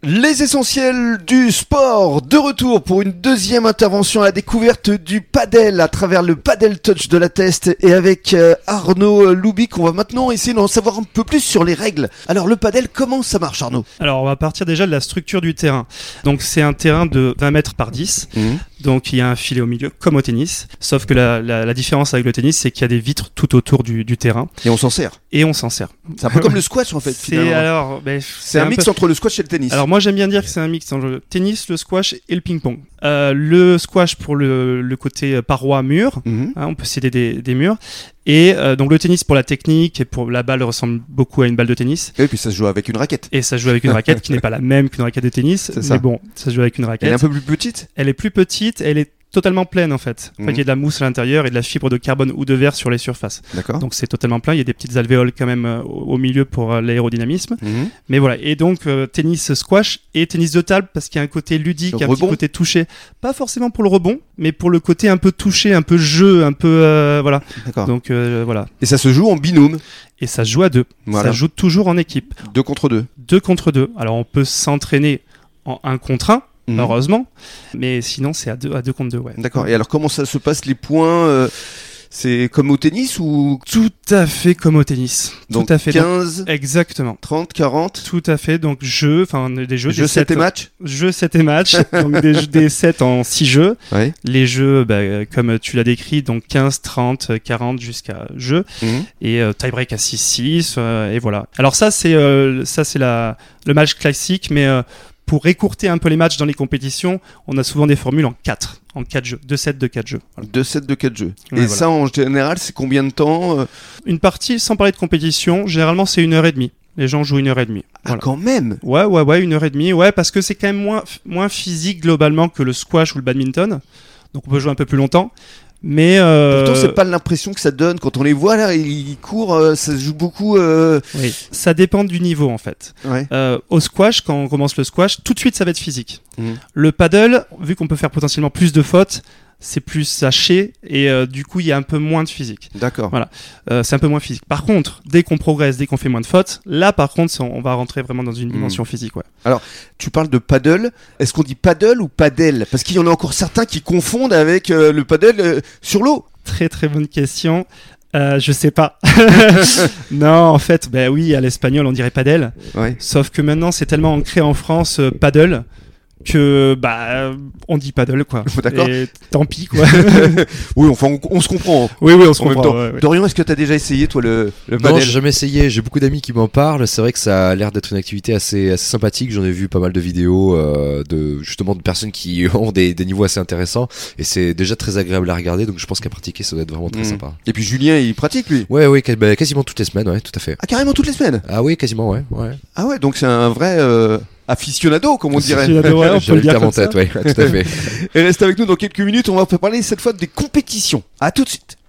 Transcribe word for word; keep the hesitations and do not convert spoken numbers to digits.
Les essentiels du sport, de retour pour une deuxième intervention à la découverte du padel à travers le Padel Touch de la Teste et avec euh, Arnaud Loubic. On va maintenant essayer d'en savoir un peu plus sur les règles. Alors le padel, comment ça marche, Arnaud ? Alors on va partir déjà de la structure du terrain. Donc c'est un terrain de vingt mètres par dix. Mmh. Donc il y a un filet au milieu comme au tennis. Sauf que la, la, la différence avec le tennis, c'est qu'il y a des vitres tout autour du, du terrain. Et on s'en sert. Et on s'en sert. C'est un peu comme le squash en fait. C'est, alors, ben, c'est, c'est un, un mix peu... entre le squash et le tennis. Alors moi j'aime bien dire que c'est un mix entre le tennis, le squash et le ping-pong. Euh, le squash pour le, le côté paroi mur, mm-hmm. hein, on peut céder des, des murs. Et euh, donc le tennis pour la technique et pour la balle ressemble beaucoup à une balle de tennis. Et puis ça se joue avec une raquette. Et ça se joue avec une raquette qui n'est pas la même qu'une raquette de tennis. C'est ça. Mais bon, ça se joue avec une raquette. Elle est un peu plus petite. Elle est plus petite. Elle est totalement pleine en fait. En mmh. fait, il y a de la mousse à l'intérieur et de la fibre de carbone ou de verre sur les surfaces. D'accord. Donc c'est totalement plein. Il y a des petites alvéoles quand même euh, au milieu pour euh, l'aérodynamisme. Mmh. Mais voilà. Et donc euh, tennis squash et tennis de table parce qu'il y a un côté ludique, le un rebond. Petit côté touché. Pas forcément pour le rebond, mais pour le côté un peu touché, un peu jeu, un peu euh, voilà. D'accord. Donc euh, voilà. Et ça se joue en binôme. Et ça se joue à deux. Voilà. Ça se joue toujours en équipe. Deux contre deux. Deux contre deux. Alors on peut s'entraîner en un contre un. Mmh. Heureusement, mais sinon c'est à deux, à deux contre deux, ouais. D'accord. Et alors comment ça se passe les points euh, c'est comme au tennis ou tout à fait comme au tennis. Donc tout à fait. quinze, donc, exactement. trente, quarante. Tout à fait. Donc jeux, enfin des jeux. Jeux sept et match. Jeux sept et match. Donc des, des sept en six jeux. Ouais. Les jeux, bah, comme tu l'as décrit, donc quinze, trente, quarante jusqu'à jeu. Mmh. Et euh, tie-break à six six. Euh, et voilà. Alors ça c'est euh, ça c'est la le match classique, mais euh, pour écourter un peu les matchs dans les compétitions, on a souvent des formules en quatre, en quatre jeux, deux sets de quatre jeux. Voilà. deux sets de quatre jeux. Ouais, et voilà. Ça, en général, c'est combien de temps euh... Une partie, sans parler de compétition, généralement, c'est une heure et demie. Les gens jouent une heure et demie. Ah, voilà. Quand même. Ouais, ouais, ouais, une heure et demie. Ouais, parce que c'est quand même moins, moins physique globalement que le squash ou le badminton. Donc, on peut jouer un peu plus longtemps. Mais euh... pourtant, c'est pas l'impression que ça donne quand on les voit là, ils courent, euh, ça se joue beaucoup. Euh... Oui, ça dépend du niveau en fait. Ouais. Euh, au squash, quand on commence le squash, tout de suite ça va être physique. Mmh. Le paddle, vu qu'on peut faire potentiellement plus de fautes, c'est plus haché et euh, du coup il y a un peu moins de physique. D'accord. Voilà, euh, c'est un peu moins physique. Par contre, dès qu'on progresse, dès qu'on fait moins de fautes, là par contre on va rentrer vraiment dans une dimension mmh. physique. Ouais. Alors, tu parles de paddle. Est-ce qu'on dit paddle ou padel ? Parce qu'il y en a encore certains qui confondent avec euh, le paddle euh, sur l'eau. Très très bonne question. Euh, je sais pas. Non, en fait, bah oui, à l'espagnol on dirait padel. Ouais. Sauf que maintenant c'est tellement ancré en France euh, paddle. Que bah on dit paddle quoi. D'accord. Et tant pis quoi. Oui, enfin on, on se comprend. Oui oui on se en comprend. Ouais, ouais. Dorian, est-ce que t'as déjà essayé toi le, le paddle ? Non, j'ai jamais essayé. J'ai beaucoup d'amis qui m'en parlent. C'est vrai que ça a l'air d'être une activité assez assez sympathique. J'en ai vu pas mal de vidéos euh, de justement de personnes qui ont des, des niveaux assez intéressants et c'est déjà très agréable à regarder. Donc je pense qu'à pratiquer ça doit être vraiment très mmh. sympa. Et puis Julien il pratique lui. Ouais ouais bah, quasiment toutes les semaines ouais tout à fait. Ah carrément toutes les semaines. Ah oui quasiment ouais ouais. Ah ouais donc c'est un vrai euh... aficionado, comme on dirait. Aficionado, ouais, on peut le dire comme tête, ouais, tout à fait. Et reste avec nous dans quelques minutes, on va parler cette fois des compétitions. À tout de suite.